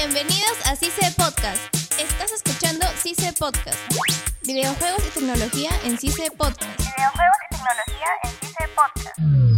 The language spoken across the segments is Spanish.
Bienvenidos a CICE Podcast. Estás escuchando CICE Podcast. Videojuegos y tecnología en CICE Podcast. Videojuegos y tecnología en CICE Podcast.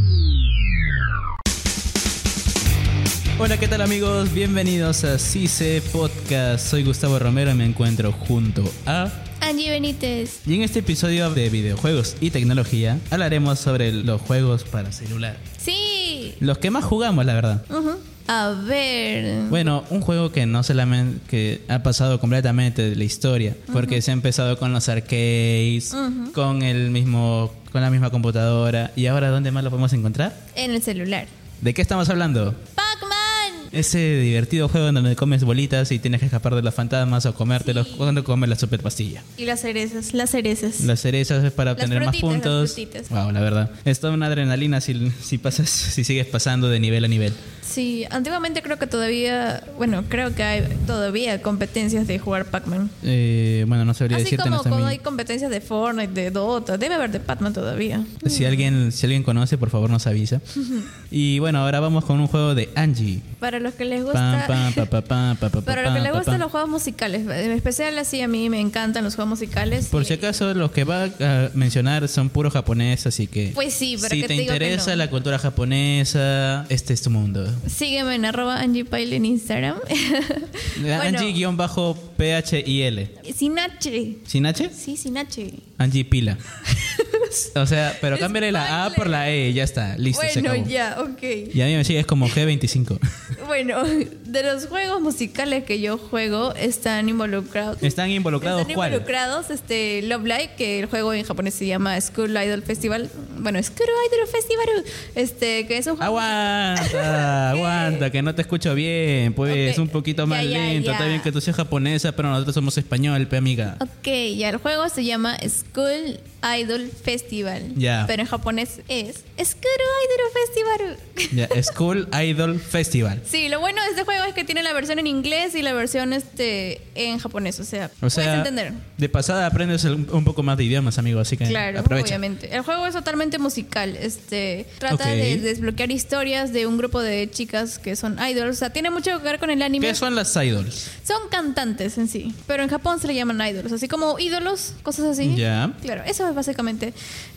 Hola, ¿qué tal amigos? Bienvenidos a CICE Podcast. Soy Gustavo Romero y me encuentro junto a Angie Benítez. Y en este episodio de videojuegos y tecnología hablaremos sobre los juegos para celular. Sí. Los que más jugamos, la verdad. A ver. Bueno, un juego que no solamente que ha pasado completamente de la historia, porque se ha empezado con los arcades, con la misma computadora, y ahora ¿dónde más lo podemos encontrar? En el celular. ¿De qué estamos hablando? Pac-Man. Ese divertido juego en donde comes bolitas y tienes que escapar de los fantasmas o comértelos cuando comes la super pastilla. Y las cerezas. Las cerezas es para obtener más puntos. Las frutitas. Wow, la verdad. Es toda una adrenalina si sigues pasando de nivel a nivel. Sí, antiguamente creo que hay todavía competencias de jugar Pac-Man. Bueno, no sabría Así decirte. como cuando hay competencias de Fortnite, de Dota, debe haber de Pac-Man todavía. Si alguien conoce, por favor nos avisa. Y bueno, ahora vamos con un juego de Angie. Para los que les gusta para los que les gustan los juegos musicales, en especial así a mí me encantan los juegos musicales. Por si acaso los que va a mencionar son puro japonés, así que pues sí, pero si que te digo interesa que no. La cultura japonesa, este es tu mundo. Sígueme en @AngiePile en Instagram. Angie-PHIL. Sin H. ¿Sin H? Sí, sin H. Angie Pila. O sea, pero cámbiale la A por la E y ya está. Listo, se Bueno, acabó. ya, ok. Y a mí me sigues como G25. Bueno, de los juegos musicales que yo juego están involucrados. ¿Están involucrados cuáles? Love Live, que el juego en japonés se llama School Idol Festival. Bueno, School Idol Festival. Que es un juego. Aguanta, que no te escucho bien. Pues Okay. un poquito más lento. Está bien que tú seas japonesa, pero nosotros somos español, amiga. Ok, ya el juego se llama School Idol Festival. Ya. Pero en japonés es School Idol Festival. Ya, School Idol Festival. Sí, lo bueno de este juego es que tiene la versión en inglés y la versión en japonés. O sea, puedes entender. De pasada aprendes un poco más de idiomas, amigo. Así que Claro, aprovecha. obviamente. El juego es totalmente musical. Trata de desbloquear historias de un grupo de chicas que son idols. O sea, tiene mucho que ver con el anime. ¿Qué son las idols? Son cantantes en sí, pero en Japón se le llaman idols, así como ídolos, cosas así. Ya. Claro, eso es básicamente.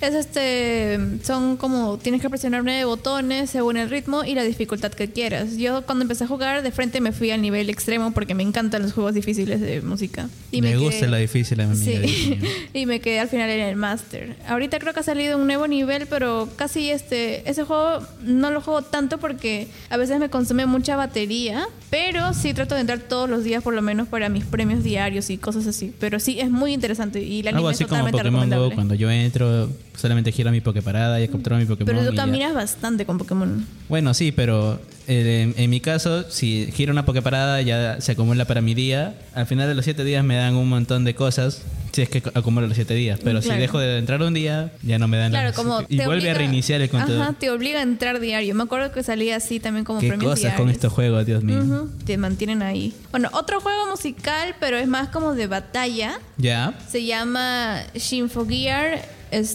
Son como tienes que presionar 9 botones según el ritmo y la dificultad que quieras. Yo cuando empecé a jugar de frente me fui al nivel extremo porque me encantan los juegos difíciles de música. Y me gusta lo difícil, amiga. Sí. Y me quedé al final en el Master. Ahorita creo que ha salido un nuevo nivel, pero casi ese juego no lo juego tanto porque a veces me consume mucha batería, pero sí trato de entrar todos los días por lo menos para mis premios diarios y cosas así. Pero sí, es muy interesante y la Algo anime así es como totalmente Pokémon recomendable. Go, cuando yo entro solamente giro mi Poképarada y capturo mi Pokémon. Pero tú y ya. caminas bastante con Pokémon. Bueno, sí, pero en mi caso, si giro una Poképarada ya se acumula para mi día. Al final de los 7 días me dan un montón de cosas, si es que acumulo los 7 días. Pero Claro. si dejo de entrar un día, ya no me dan Claro, nada. como Y te vuelve obliga a reiniciar el contador. Ajá, te obliga a entrar diario. Me acuerdo que salía así también como Qué premios cosas diarios. con estos juegos, Dios mío. Te mantienen ahí. Bueno, otro juego musical, pero es más como de batalla. ¿Ya? Se llama Shinfogear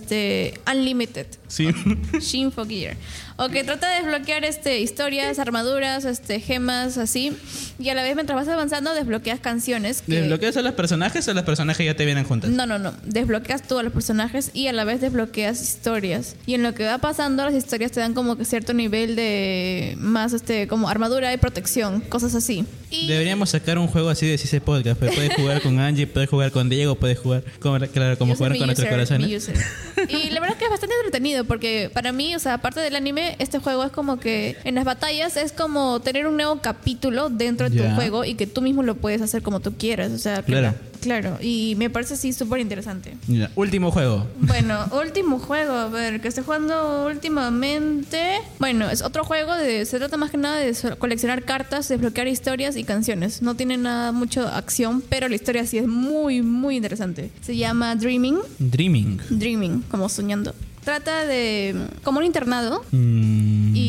Unlimited. Sí. Shinfogear. Ok, trata de desbloquear historias, armaduras, gemas, así. Y a la vez, mientras vas avanzando, desbloqueas canciones. ¿Desbloqueas a los personajes o los personajes ya te vienen juntos? No. Desbloqueas tú a los personajes y a la vez desbloqueas historias. Y en lo que va pasando, las historias te dan como que cierto nivel de más, como armadura y protección, cosas así. Y Deberíamos sacar un juego así de CICE Podcast. Pues puedes jugar con Angie, puedes jugar con Diego, puedes jugar como jugar con nuestros corazones. Y la verdad que es bastante entretenido porque para mí, o sea, aparte del anime, este juego es como que en las batallas es como tener un nuevo capítulo dentro de tu juego y que tú mismo lo puedes hacer como tú quieras. O sea, claro. Y me parece así súper interesante. Mira, último juego. Bueno, último juego, a ver, que estoy jugando últimamente. Bueno, es otro juego se trata más que nada de coleccionar cartas, desbloquear historias y canciones. No tiene nada mucho acción, pero la historia sí es muy, muy interesante. Se llama Dreaming, como soñando. Trata de como un internado y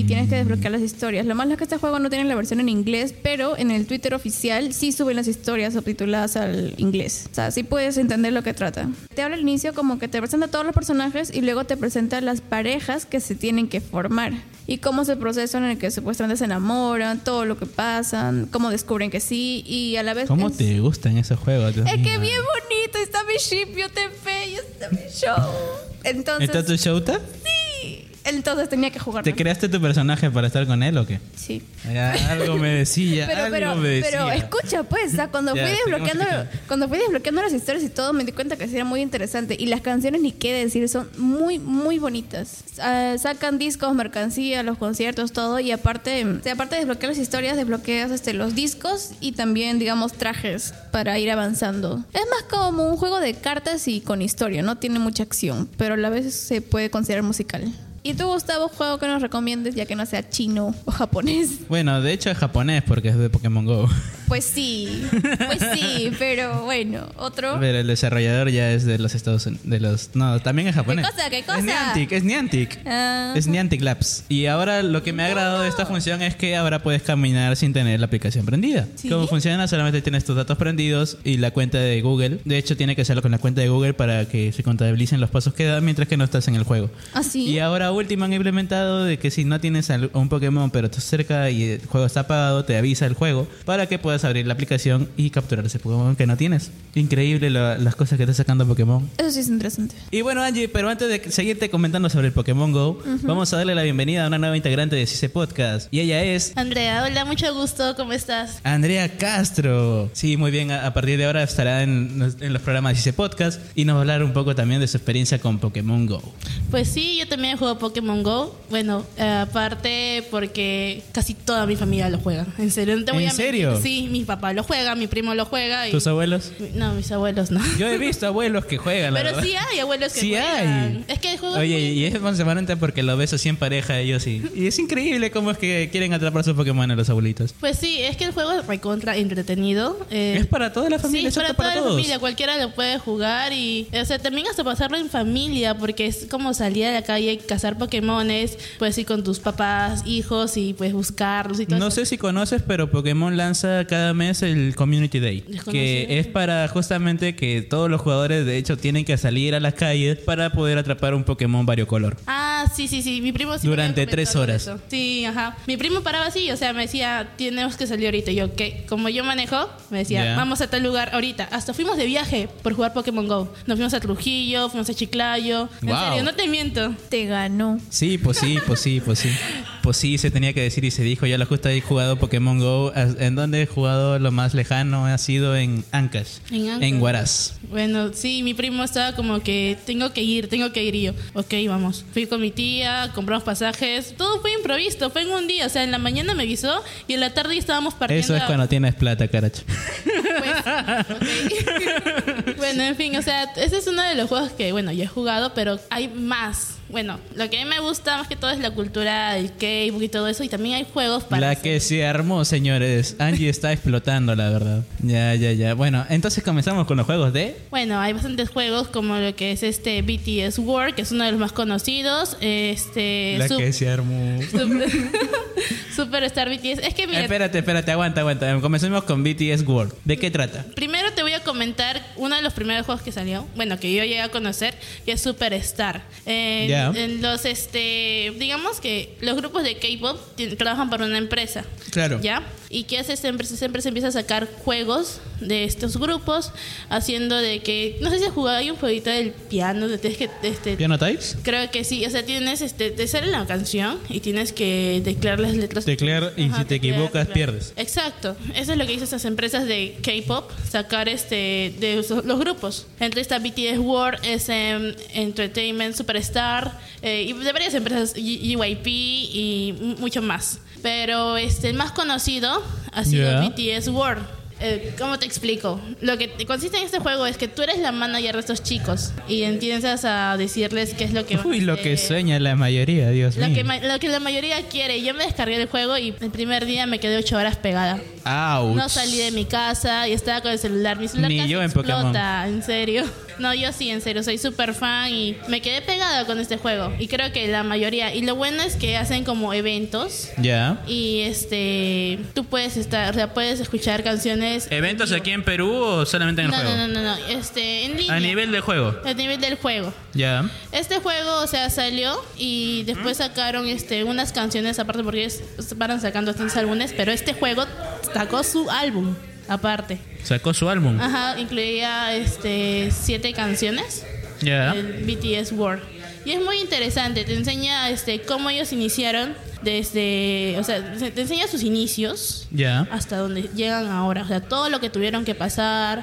tienes que desbloquear las historias. Lo malo es que este juego no tiene la versión en inglés, pero en el Twitter oficial sí suben las historias subtituladas al inglés. O sea, sí puedes entender lo que trata. Te habla al inicio como que te presenta a todos los personajes y luego te presenta las parejas que se tienen que formar. Y cómo es el proceso en el que supuestamente se enamoran, todo lo que pasan, cómo descubren que sí y a la vez... ¿Cómo te gustan esos juegos? Dios Es mío? que bien bonito, está mi ship, yo te fe, y está mi show. Entonces... ¿Está tu Shouta? Sí. Entonces tenía que jugar. ¿Te creaste tu personaje para estar con él o qué? Sí. Ya, algo me decía, algo me decía. Pero escucha, pues, o sea, cuando Ya, fui desbloqueando las historias y todo, me di cuenta que sí era muy interesante. Y las canciones, ni qué decir, son muy, muy bonitas. Sacan discos, mercancía, los conciertos, todo. Y aparte de desbloquear las historias, desbloqueas los discos y también, digamos, trajes para ir avanzando. Es más como un juego de cartas y con historia, no tiene mucha acción, pero a la vez se puede considerar musical. ¿Y tú, Gustavo, juego que nos recomiendes, ya que no sea chino o japonés? Bueno, de hecho es japonés porque es de Pokémon GO. Pues sí, pero bueno, otro. Pero el desarrollador ya es de los Estados Unidos. No, también es japonés. ¿Qué cosa? Es Niantic. Ah. Es Niantic Labs. Y ahora lo que me ha agradado de esta función es que ahora puedes caminar sin tener la aplicación prendida. ¿Sí? ¿Cómo funciona? Solamente tienes tus datos prendidos y la cuenta de Google. De hecho, tiene que hacerlo con la cuenta de Google para que se contabilicen los pasos que da mientras que no estás en el juego. ¿Ah, sí? Y ahora último han implementado de que si no tienes a un Pokémon pero estás cerca y el juego está apagado, te avisa el juego para que puedas abrir la aplicación y capturar ese Pokémon que no tienes. Increíble las cosas que está sacando Pokémon. Eso sí es interesante. Y bueno, Angie, pero antes de seguirte comentando sobre el Pokémon GO, vamos a darle la bienvenida a una nueva integrante de CICE Podcast. Y ella es... Andrea, hola, mucho gusto, ¿cómo estás? Andrea Castro. Sí, muy bien. A partir de ahora estará en los programas de CICE Podcast y nos va a hablar un poco también de su experiencia con Pokémon GO. Pues sí, yo también juego Pokémon GO. Bueno, aparte porque casi toda mi familia lo juega. En serio, no te voy a mentir. serio? Sí, mi papá lo juega, mi primo lo juega. Y... ¿Tus abuelos? No, mis abuelos no. Yo he visto abuelos que juegan, la Pero verdad. sí hay abuelos que Sí juegan. hay. Es que el juego Oye, es muy... y es emocionante porque lo ves así en pareja ellos y es increíble cómo es que quieren atrapar sus Pokémon a los abuelitos. Pues sí, es que el juego es recontra entretenido. Es para toda la familia, Sí, es para apto toda para la todos. familia, cualquiera lo puede jugar y, o sea, también hasta pasarlo en familia, porque es como salir a la calle y cazar Pokémones, puedes ir con tus papás, hijos y pues buscarlos y todo No eso. sé si conoces, pero Pokémon lanza cada mes el Community Day, Desconocido. que es para justamente que todos los jugadores de hecho tienen que salir a las calles para poder atrapar un Pokémon variocolor. Ah, sí, mi primo sí Durante me había 3 comentado horas. eso. Sí, ajá. Mi primo paraba así, o sea, me decía, tenemos que salir ahorita. Y yo, ¿qué? Como yo manejo, me decía, Ya. vamos a tal lugar ahorita. Hasta fuimos de viaje por jugar Pokémon GO. Nos fuimos a Trujillo, fuimos a Chiclayo. En Wow. serio, no te miento. Te ganó. Sí, pues sí. Pues sí, se tenía que decir y se dijo. Ya lo justo he jugado Pokémon GO. ¿En dónde he jugado lo más lejano? Ha sido en Ancash, en Huaraz. Bueno, sí, mi primo estaba como que tengo que ir. Y yo, ok, vamos. Fui con mi tía, compramos pasajes. Todo fue improvisto, fue en un día. O sea, en la mañana me avisó y en la tarde ya estábamos partiendo. Eso es cuando tienes plata, caracho. Ok. Bueno, en fin, o sea, ese es uno de los juegos que, bueno, ya he jugado, pero hay más. Bueno, lo que a mí me gusta más que todo es la cultura del K-pop y todo eso. Y también hay juegos para... La que se armó, señores. Angie está explotando, la verdad. Ya. Bueno, entonces comenzamos con los juegos de... Bueno, hay bastantes juegos como lo que es BTS World, que es uno de los más conocidos. que se armó. Superstar BTS. Es que mira, Espérate, aguanta. Comencemos con BTS World. ¿De qué trata? primero te voy a comentar uno de los primeros juegos que salió, bueno, que yo llegué a conocer, que es Superstar. Ya. En los, digamos que los grupos de K-pop trabajan para una empresa. Claro. ¿Ya? ¿Y qué hace esta empresa? Esta empresa empieza a sacar juegos de estos grupos, haciendo de que, no sé si has jugado, hay un jueguito del piano, de tienes que, ¿Piano Types? creo que sí, o sea, tienes, te sale la canción y tienes que teclear las letras. Teclear y si te equivocas, pierdes. Exacto, eso es lo que hizo estas empresas de K-pop, sacar de los grupos. Entre esta BTS World, SM Entertainment, Superstar y de varias empresas, JYP y mucho más. Pero el más conocido ha sido BTS World. ¿Cómo te explico? Lo que consiste en este juego es que tú eres la manager de estos chicos y empiezas a decirles qué es lo que van a Uy, lo que hacer. sueña la mayoría, Dios mío. Lo que la mayoría quiere. Yo me descargué el juego y el primer día me quedé 8 horas pegada. Ouch. No salí de mi casa y estaba con el celular. Mi celular Ni casi yo en explota, Pokémon. en serio. No, yo sí, en serio, soy súper fan y me quedé pegada con este juego. Y creo que la mayoría. Y lo bueno es que hacen como eventos. Ya. Y tú puedes estar, o sea, puedes escuchar canciones. ¿Eventos en aquí en Perú o solamente en el no, juego? no. En línea. A nivel de juego. A nivel del juego. Ya. Este juego, o sea, salió y después sacaron unas canciones aparte porque ellos van sacando estos álbumes, pero este juego sacó su álbum aparte. Sacó su álbum. Ajá, incluía 7 canciones. Ya. El BTS World. Y es muy interesante, te enseña cómo ellos iniciaron desde, o sea, te enseña sus inicios Ya. hasta donde llegan ahora, o sea, todo lo que tuvieron que pasar,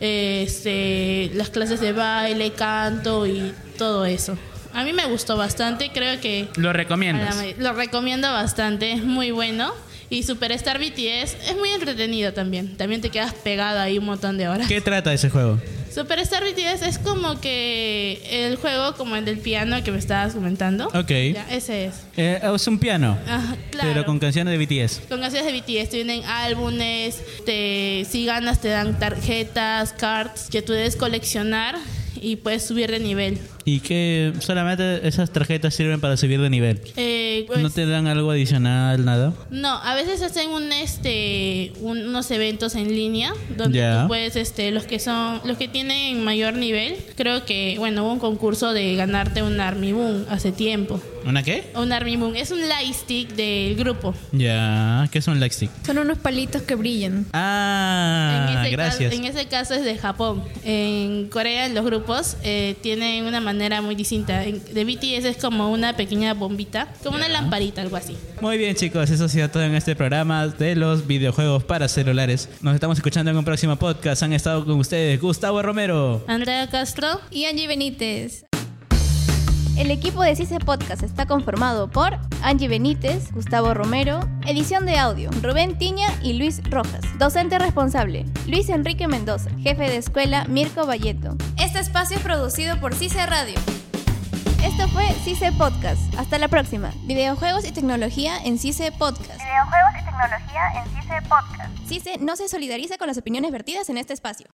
las clases de baile, canto y todo eso. A mí me gustó bastante, creo que ¿Lo recomiendas? lo recomiendo bastante, es muy bueno. Y Superstar BTS es muy entretenido también. También te quedas pegada ahí un montón de horas. ¿Qué trata ese juego? Superstar BTS es como que el juego como el del piano que me estabas comentando. Ok. Ya, ese es. Es un piano, Ajá, claro. pero con canciones de BTS. Con canciones de BTS, tienen álbumes, si ganas te dan tarjetas, cards que tú debes coleccionar y puedes subir de nivel. ¿Y que solamente esas tarjetas sirven para subir de nivel? Pues, ¿No te dan algo adicional, nada? no, a veces hacen unos eventos en línea donde Ya. tú puedes, los que tienen mayor nivel, creo que, bueno, hubo un concurso de ganarte un Army Boom hace tiempo. ¿Una qué? Un Army Boom es un lightstick del grupo. Ya. ¿Qué es un lightstick? Son unos palitos que brillan. Ah, gracias. En ese caso es de Japón. En Corea, los grupos tienen una manera muy distinta. De BTS es como una pequeña bombita, como una lamparita, algo así. Muy bien, chicos, eso ha sido todo en este programa de los videojuegos para celulares. Nos estamos escuchando en un próximo podcast. Han estado con ustedes Gustavo Romero. Andrea Castro. Y Angie Benítez. El equipo de CICE Podcast está conformado por Angie Benítez, Gustavo Romero, edición de audio, Rubén Tiña y Luis Rojas. Docente responsable, Luis Enrique Mendoza. Jefe de escuela, Mirko Valleto. Este espacio es producido por CICE Radio. Esto fue CICE Podcast. Hasta la próxima. Videojuegos y tecnología en CICE Podcast. Videojuegos y tecnología en CICE Podcast. CICE no se solidariza con las opiniones vertidas en este espacio.